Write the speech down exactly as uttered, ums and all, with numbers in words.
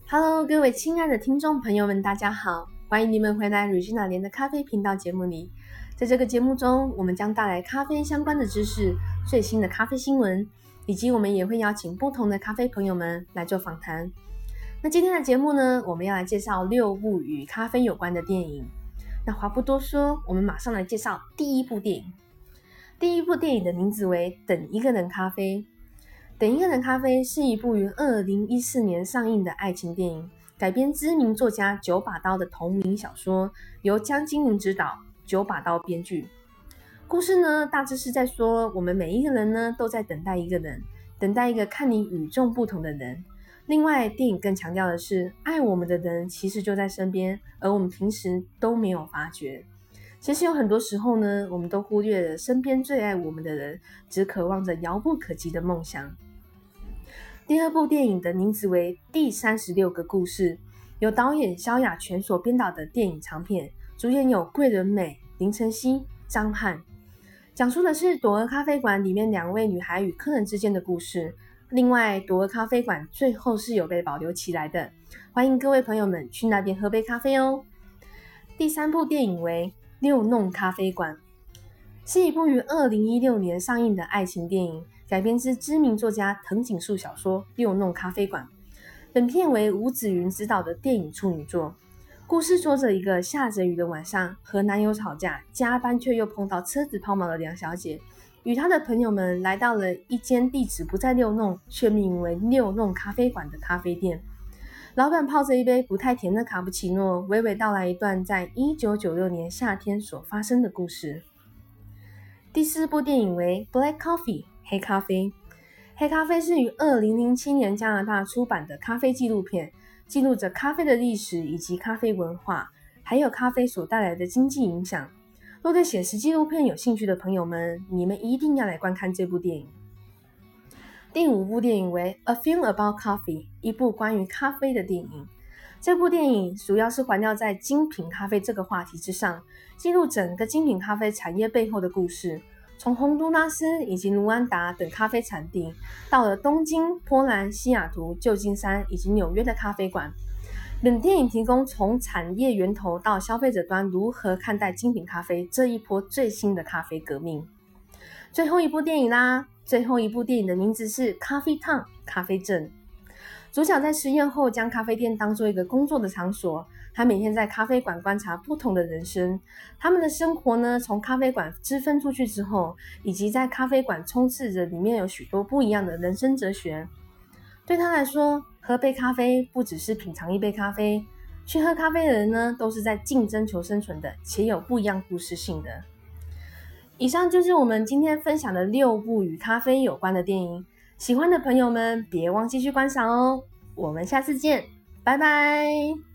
Hello， 各位亲爱的听众朋友们，大家好，欢迎你们回来 Regina 莲的咖啡频道节目里。在这个节目中，我们将带来咖啡相关的知识、最新的咖啡新闻，以及我们也会邀请不同的咖啡朋友们来做访谈。那今天的节目呢，我们要来介绍六部与咖啡有关的电影。那话不多说，我们马上来介绍第一部电影。第一部电影的名字为《等一个人咖啡》。等一个人咖啡是一部于二零一四年上映的爱情电影，改编知名作家九把刀的同名小说，由江金云执导，九把刀编剧。故事呢，大致是在说，我们每一个人呢，都在等待一个人，等待一个看你与众不同的人。另外，电影更强调的是，爱我们的人其实就在身边，而我们平时都没有发觉。其实有很多时候呢，我们都忽略了身边最爱我们的人，只渴望着遥不可及的梦想。第二部电影的名字为《第三十六个故事》，由导演萧亚全所编导的电影长片，主演有桂纶镁、林晨曦、张翰。讲述的是朵儿咖啡馆里面两位女孩与客人之间的故事。另外，朵儿咖啡馆最后是有被保留起来的，欢迎各位朋友们去那边喝杯咖啡哦。第三部电影为《六弄咖啡馆》，是一部于二零一六年上映的爱情电影，改编自知名作家藤井树小说《六弄咖啡馆》。本片为吴子云执导的电影处女作。故事说着一个下着雨的晚上，和男友吵架，加班却又碰到车子抛锚的梁小姐，与她的朋友们来到了一间地址不在六弄，却命名为六弄咖啡馆的咖啡店。老板泡着一杯不太甜的卡布奇诺，娓娓道来一段在一九九六年夏天所发生的故事。第四部电影为《Black Coffee》黑咖啡。黑咖啡是于二零零七年加拿大出版的咖啡纪录片，记录着咖啡的历史以及咖啡文化，还有咖啡所带来的经济影响。若对写实纪录片有兴趣的朋友们，你们一定要来观看这部电影。第五部电影为《A Film About Coffee》，一部关于咖啡的电影。这部电影主要是环绕在精品咖啡这个话题之上，记录整个精品咖啡产业背后的故事，从洪都拉斯以及卢安达等咖啡产地，到了东京、波兰、西雅图、旧金山以及纽约的咖啡馆。本电影提供从产业源头到消费者端如何看待精品咖啡这一波最新的咖啡革命。最后一部电影啦，最后一部电影的名字是《Coffee Town》咖啡镇。主角在失业后将咖啡店当作一个工作的场所，他每天在咖啡馆观察不同的人生，他们的生活呢，从咖啡馆支分出去之后，以及在咖啡馆充斥着里面有许多不一样的人生哲学。对他来说，喝杯咖啡不只是品尝一杯咖啡，去喝咖啡的人呢，都是在竞争求生存的，且有不一样故事性的。以上就是我们今天分享的六部与咖啡有关的电影，喜欢的朋友们别忘继续观赏哦。我们下次见，拜拜。